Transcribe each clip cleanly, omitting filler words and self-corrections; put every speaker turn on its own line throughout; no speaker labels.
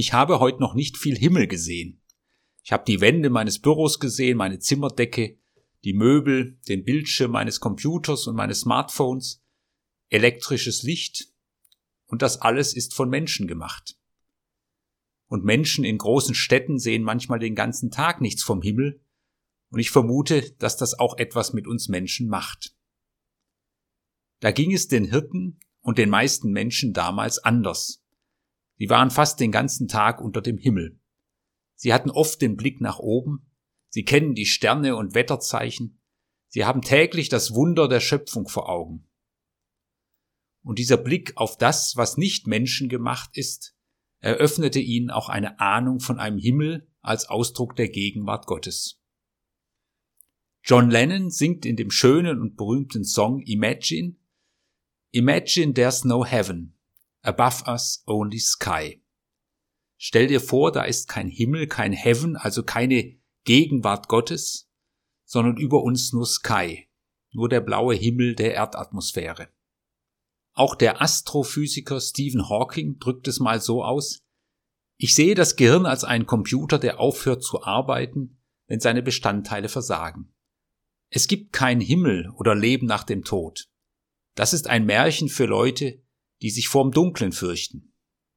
Ich habe heute noch nicht viel Himmel gesehen. Ich habe die Wände meines Büros gesehen, meine Zimmerdecke, die Möbel, den Bildschirm meines Computers und meines Smartphones, elektrisches Licht, und das alles ist von Menschen gemacht. Und Menschen in großen Städten sehen manchmal den ganzen Tag nichts vom Himmel, und ich vermute, dass das auch etwas mit uns Menschen macht. Da ging es den Hirten und den meisten Menschen damals anders. Sie waren fast den ganzen Tag unter dem Himmel. Sie hatten oft den Blick nach oben, sie kennen die Sterne und Wetterzeichen, sie haben täglich das Wunder der Schöpfung vor Augen. Und dieser Blick auf das, was nicht menschengemacht ist, eröffnete ihnen auch eine Ahnung von einem Himmel als Ausdruck der Gegenwart Gottes. John Lennon singt in dem schönen und berühmten Song Imagine there's no heaven, above us only sky. Stell dir vor, da ist kein Himmel, kein Heaven, also keine Gegenwart Gottes, sondern über uns nur Sky, nur der blaue Himmel der Erdatmosphäre. Auch der Astrophysiker Stephen Hawking drückt es mal so aus: Ich sehe das Gehirn als einen Computer, der aufhört zu arbeiten, wenn seine Bestandteile versagen. Es gibt keinen Himmel oder Leben nach dem Tod. Das ist ein Märchen für Leute, die sich vorm Dunklen fürchten.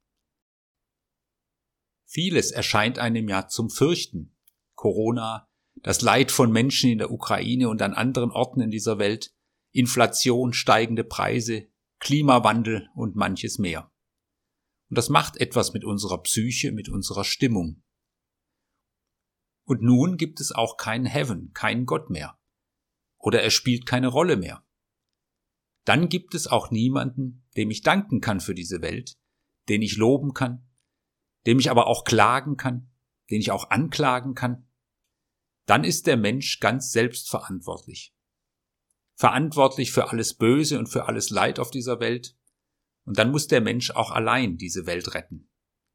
Vieles erscheint einem ja zum Fürchten. Corona, das Leid von Menschen in der Ukraine und an anderen Orten in dieser Welt, Inflation, steigende Preise, Klimawandel und manches mehr. Und das macht etwas mit unserer Psyche, mit unserer Stimmung. Und nun gibt es auch keinen Heaven, keinen Gott mehr. Oder er spielt keine Rolle mehr. Dann gibt es auch niemanden, dem ich danken kann für diese Welt, den ich loben kann, dem ich aber auch klagen kann, den ich auch anklagen kann. Dann ist der Mensch ganz selbstverantwortlich. Verantwortlich für alles Böse und für alles Leid auf dieser Welt. Und dann muss der Mensch auch allein diese Welt retten.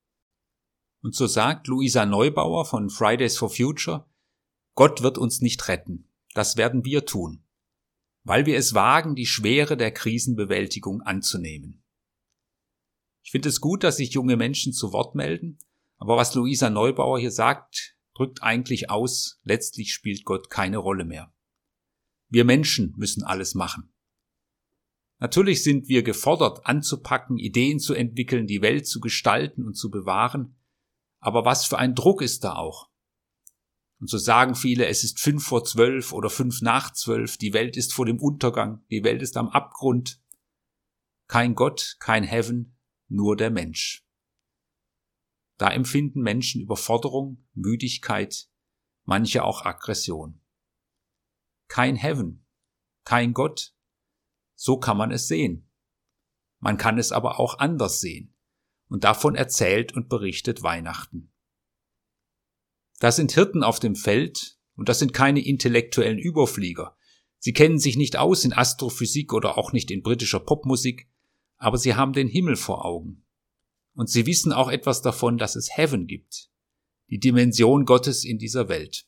Und so sagt Luisa Neubauer von Fridays for Future: Gott wird uns nicht retten. Das werden wir tun, weil wir es wagen, die Schwere der Krisenbewältigung anzunehmen. Ich finde es gut, dass sich junge Menschen zu Wort melden, aber was Luisa Neubauer hier sagt, drückt eigentlich aus: Letztlich spielt Gott keine Rolle mehr. Wir Menschen müssen alles machen. Natürlich sind wir gefordert, anzupacken, Ideen zu entwickeln, die Welt zu gestalten und zu bewahren. Aber was für ein Druck ist da auch? Und so sagen viele, es ist 11:55 oder 11:55, die Welt ist vor dem Untergang, die Welt ist am Abgrund. Kein Gott, kein Heaven, nur der Mensch. Da empfinden Menschen Überforderung, Müdigkeit, manche auch Aggression. Kein Heaven, kein Gott, so kann man es sehen. Man kann es aber auch anders sehen. Und davon erzählt und berichtet Weihnachten. Das sind Hirten auf dem Feld, und das sind keine intellektuellen Überflieger. Sie kennen sich nicht aus in Astrophysik oder auch nicht in britischer Popmusik, aber sie haben den Himmel vor Augen. Und sie wissen auch etwas davon, dass es Heaven gibt, die Dimension Gottes in dieser Welt.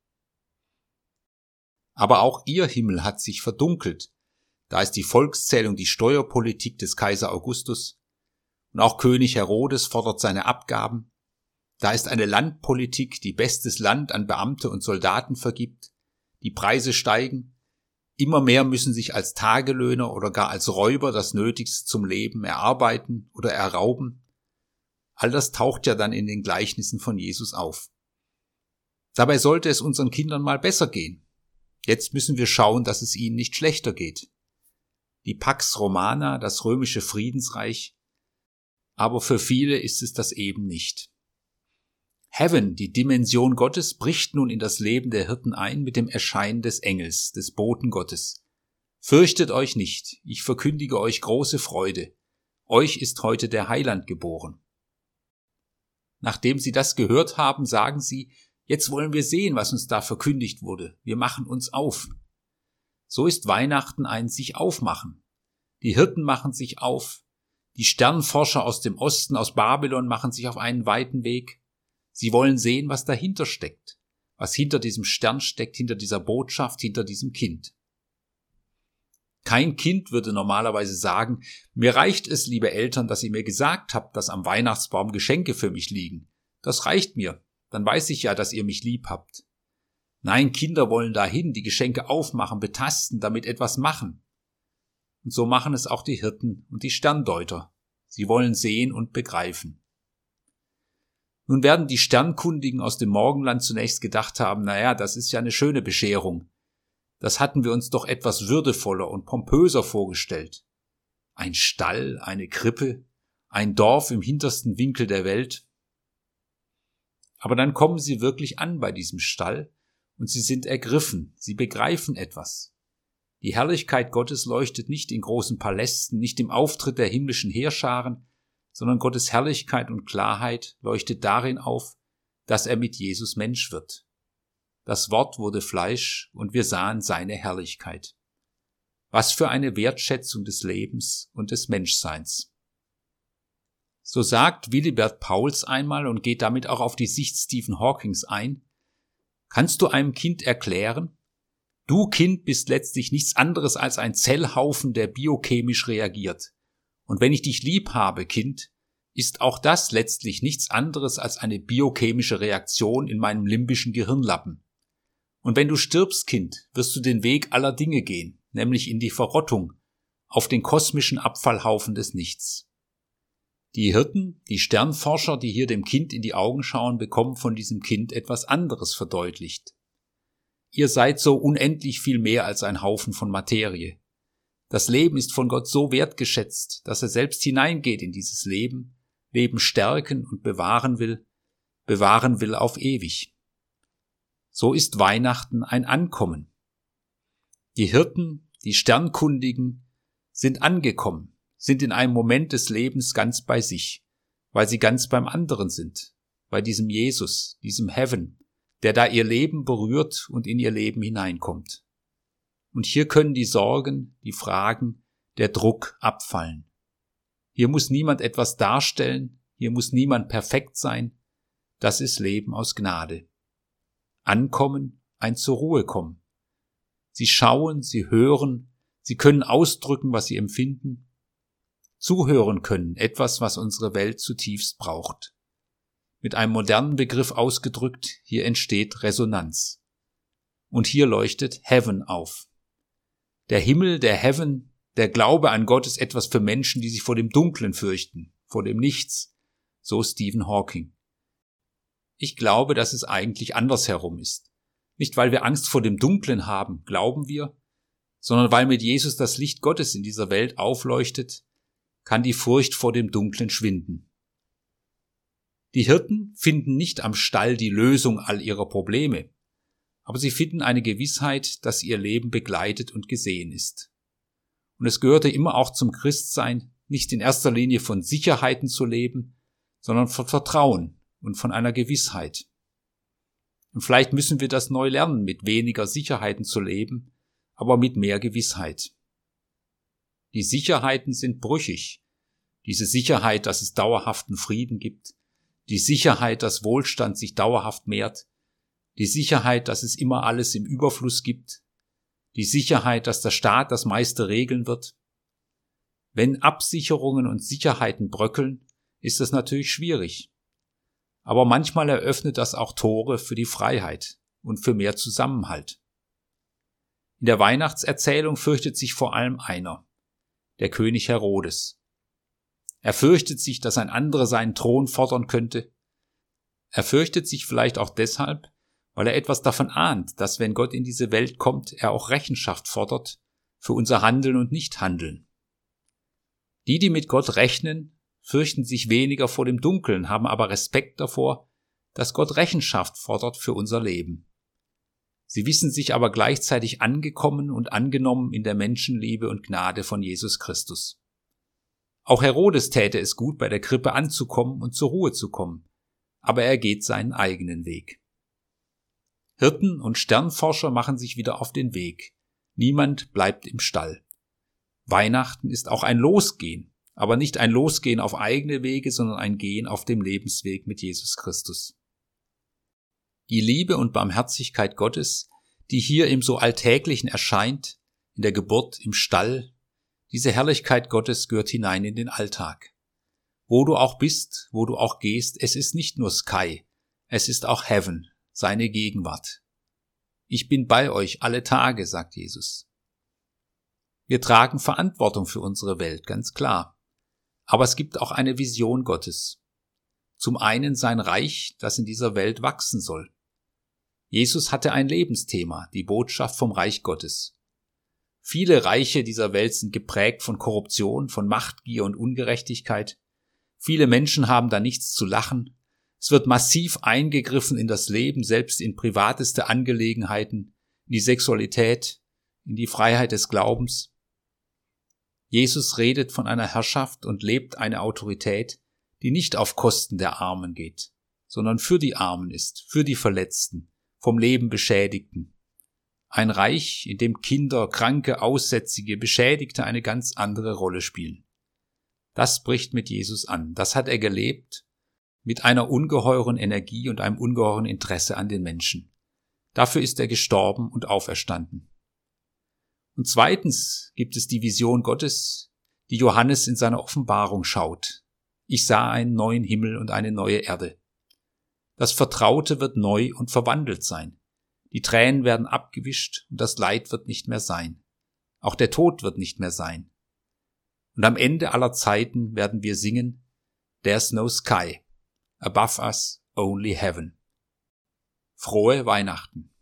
Aber auch ihr Himmel hat sich verdunkelt. Da ist die Volkszählung, die Steuerpolitik des Kaiser Augustus, und auch König Herodes fordert seine Abgaben. Da ist eine Landpolitik, die bestes Land an Beamte und Soldaten vergibt. Die Preise steigen. Immer mehr müssen sich als Tagelöhner oder gar als Räuber das Nötigste zum Leben erarbeiten oder errauben. All das taucht ja dann in den Gleichnissen von Jesus auf. Dabei sollte es unseren Kindern mal besser gehen. Jetzt müssen wir schauen, dass es ihnen nicht schlechter geht. Die Pax Romana, das römische Friedensreich, aber für viele ist es das eben nicht. Heaven, die Dimension Gottes, bricht nun in das Leben der Hirten ein mit dem Erscheinen des Engels, des Boten Gottes. Fürchtet euch nicht, ich verkündige euch große Freude. Euch ist heute der Heiland geboren. Nachdem sie das gehört haben, sagen sie: Jetzt wollen wir sehen, was uns da verkündigt wurde. Wir machen uns auf. So ist Weihnachten ein sich aufmachen. Die Hirten machen sich auf. Die Sternforscher aus dem Osten, aus Babylon, machen sich auf einen weiten Weg. Sie wollen sehen, was dahinter steckt. Was hinter diesem Stern steckt, hinter dieser Botschaft, hinter diesem Kind. Kein Kind würde normalerweise sagen, mir reicht es, liebe Eltern, dass ihr mir gesagt habt, dass am Weihnachtsbaum Geschenke für mich liegen. Das reicht mir, dann weiß ich ja, dass ihr mich lieb habt. Nein, Kinder wollen dahin, die Geschenke aufmachen, betasten, damit etwas machen. Und so machen es auch die Hirten und die Sterndeuter. Sie wollen sehen und begreifen. Nun werden die Sternkundigen aus dem Morgenland zunächst gedacht haben, naja, das ist ja eine schöne Bescherung. Das hatten wir uns doch etwas würdevoller und pompöser vorgestellt. Ein Stall, eine Krippe, ein Dorf im hintersten Winkel der Welt. Aber dann kommen sie wirklich an bei diesem Stall und sie sind ergriffen, sie begreifen etwas. Die Herrlichkeit Gottes leuchtet nicht in großen Palästen, nicht im Auftritt der himmlischen Heerscharen, sondern Gottes Herrlichkeit und Klarheit leuchtet darin auf, dass er mit Jesus Mensch wird. Das Wort wurde Fleisch und wir sahen seine Herrlichkeit. Was für eine Wertschätzung des Lebens und des Menschseins. So sagt Willibert Pauls einmal und geht damit auch auf die Sicht Stephen Hawkings ein: Kannst du einem Kind erklären, du Kind bist letztlich nichts anderes als ein Zellhaufen, der biochemisch reagiert. Und wenn ich dich lieb habe, Kind, ist auch das letztlich nichts anderes als eine biochemische Reaktion in meinem limbischen Gehirnlappen. Und wenn du stirbst, Kind, wirst du den Weg aller Dinge gehen, nämlich in die Verrottung, auf den kosmischen Abfallhaufen des Nichts. Die Hirten, die Sternforscher, die hier dem Kind in die Augen schauen, bekommen von diesem Kind etwas anderes verdeutlicht. Ihr seid so unendlich viel mehr als ein Haufen von Materie. Das Leben ist von Gott so wertgeschätzt, dass er selbst hineingeht in dieses Leben, Leben stärken und bewahren will auf ewig. So ist Weihnachten ein Ankommen. Die Hirten, die Sternkundigen, sind angekommen, sind in einem Moment des Lebens ganz bei sich, weil sie ganz beim anderen sind, bei diesem Jesus, diesem Heaven, der da ihr Leben berührt und in ihr Leben hineinkommt. Und hier können die Sorgen, die Fragen, der Druck abfallen. Hier muss niemand etwas darstellen, hier muss niemand perfekt sein. Das ist Leben aus Gnade. Ankommen, ein zur Ruhe kommen. Sie schauen, sie hören, sie können ausdrücken, was sie empfinden. Zuhören können, etwas, was unsere Welt zutiefst braucht. Mit einem modernen Begriff ausgedrückt, hier entsteht Resonanz. Und hier leuchtet Heaven auf. Der Himmel, der Heaven, der Glaube an Gott ist etwas für Menschen, die sich vor dem Dunklen fürchten, vor dem Nichts, so Stephen Hawking. Ich glaube, dass es eigentlich andersherum ist. Nicht, weil wir Angst vor dem Dunklen haben, glauben wir, sondern weil mit Jesus das Licht Gottes in dieser Welt aufleuchtet, kann die Furcht vor dem Dunklen schwinden. Die Hirten finden nicht am Stall die Lösung all ihrer Probleme, aber sie finden eine Gewissheit, dass ihr Leben begleitet und gesehen ist. Und es gehörte immer auch zum Christsein, nicht in erster Linie von Sicherheiten zu leben, sondern von Vertrauen und von einer Gewissheit. Und vielleicht müssen wir das neu lernen, mit weniger Sicherheiten zu leben, aber mit mehr Gewissheit. Die Sicherheiten sind brüchig. Diese Sicherheit, dass es dauerhaften Frieden gibt, die Sicherheit, dass Wohlstand sich dauerhaft mehrt, die Sicherheit, dass es immer alles im Überfluss gibt, die Sicherheit, dass der Staat das meiste regeln wird. Wenn Absicherungen und Sicherheiten bröckeln, ist das natürlich schwierig. Aber manchmal eröffnet das auch Tore für die Freiheit und für mehr Zusammenhalt. In der Weihnachtserzählung fürchtet sich vor allem einer, der König Herodes. Er fürchtet sich, dass ein anderer seinen Thron fordern könnte. Er fürchtet sich vielleicht auch deshalb, weil er etwas davon ahnt, dass wenn Gott in diese Welt kommt, er auch Rechenschaft fordert für unser Handeln und Nichthandeln. Die mit Gott rechnen, fürchten sich weniger vor dem Dunkeln, haben aber Respekt davor, dass Gott Rechenschaft fordert für unser Leben. Sie wissen sich aber gleichzeitig angekommen und angenommen in der Menschenliebe und Gnade von Jesus Christus. Auch Herodes täte es gut, bei der Krippe anzukommen und zur Ruhe zu kommen, aber er geht seinen eigenen Weg. Hirten und Sternforscher machen sich wieder auf den Weg. Niemand bleibt im Stall. Weihnachten ist auch ein Losgehen, aber nicht ein Losgehen auf eigene Wege, sondern ein Gehen auf dem Lebensweg mit Jesus Christus. Die Liebe und Barmherzigkeit Gottes, die hier im so Alltäglichen erscheint, in der Geburt, im Stall. Diese Herrlichkeit Gottes gehört hinein in den Alltag. Wo du auch bist, wo du auch gehst, es ist nicht nur Sky, es ist auch Heaven, seine Gegenwart. Ich bin bei euch alle Tage, sagt Jesus. Wir tragen Verantwortung für unsere Welt, ganz klar. Aber es gibt auch eine Vision Gottes. Zum einen sein Reich, das in dieser Welt wachsen soll. Jesus hatte ein Lebensthema, die Botschaft vom Reich Gottes. Viele Reiche dieser Welt sind geprägt von Korruption, von Machtgier und Ungerechtigkeit. Viele Menschen haben da nichts zu lachen. Es wird massiv eingegriffen in das Leben, selbst in privateste Angelegenheiten, in die Sexualität, in die Freiheit des Glaubens. Jesus redet von einer Herrschaft und lebt eine Autorität, die nicht auf Kosten der Armen geht, sondern für die Armen ist, für die Verletzten, vom Leben Beschädigten. Ein Reich, in dem Kinder, Kranke, Aussätzige, Beschädigte eine ganz andere Rolle spielen. Das bricht mit Jesus an. Das hat er gelebt, mit einer ungeheuren Energie und einem ungeheuren Interesse an den Menschen. Dafür ist er gestorben und auferstanden. Und zweitens gibt es die Vision Gottes, die Johannes in seiner Offenbarung schaut. Ich sah einen neuen Himmel und eine neue Erde. Das Vertraute wird neu und verwandelt sein. Die Tränen werden abgewischt und das Leid wird nicht mehr sein. Auch der Tod wird nicht mehr sein. Und am Ende aller Zeiten werden wir singen, There's no sky, above us only heaven. Frohe Weihnachten!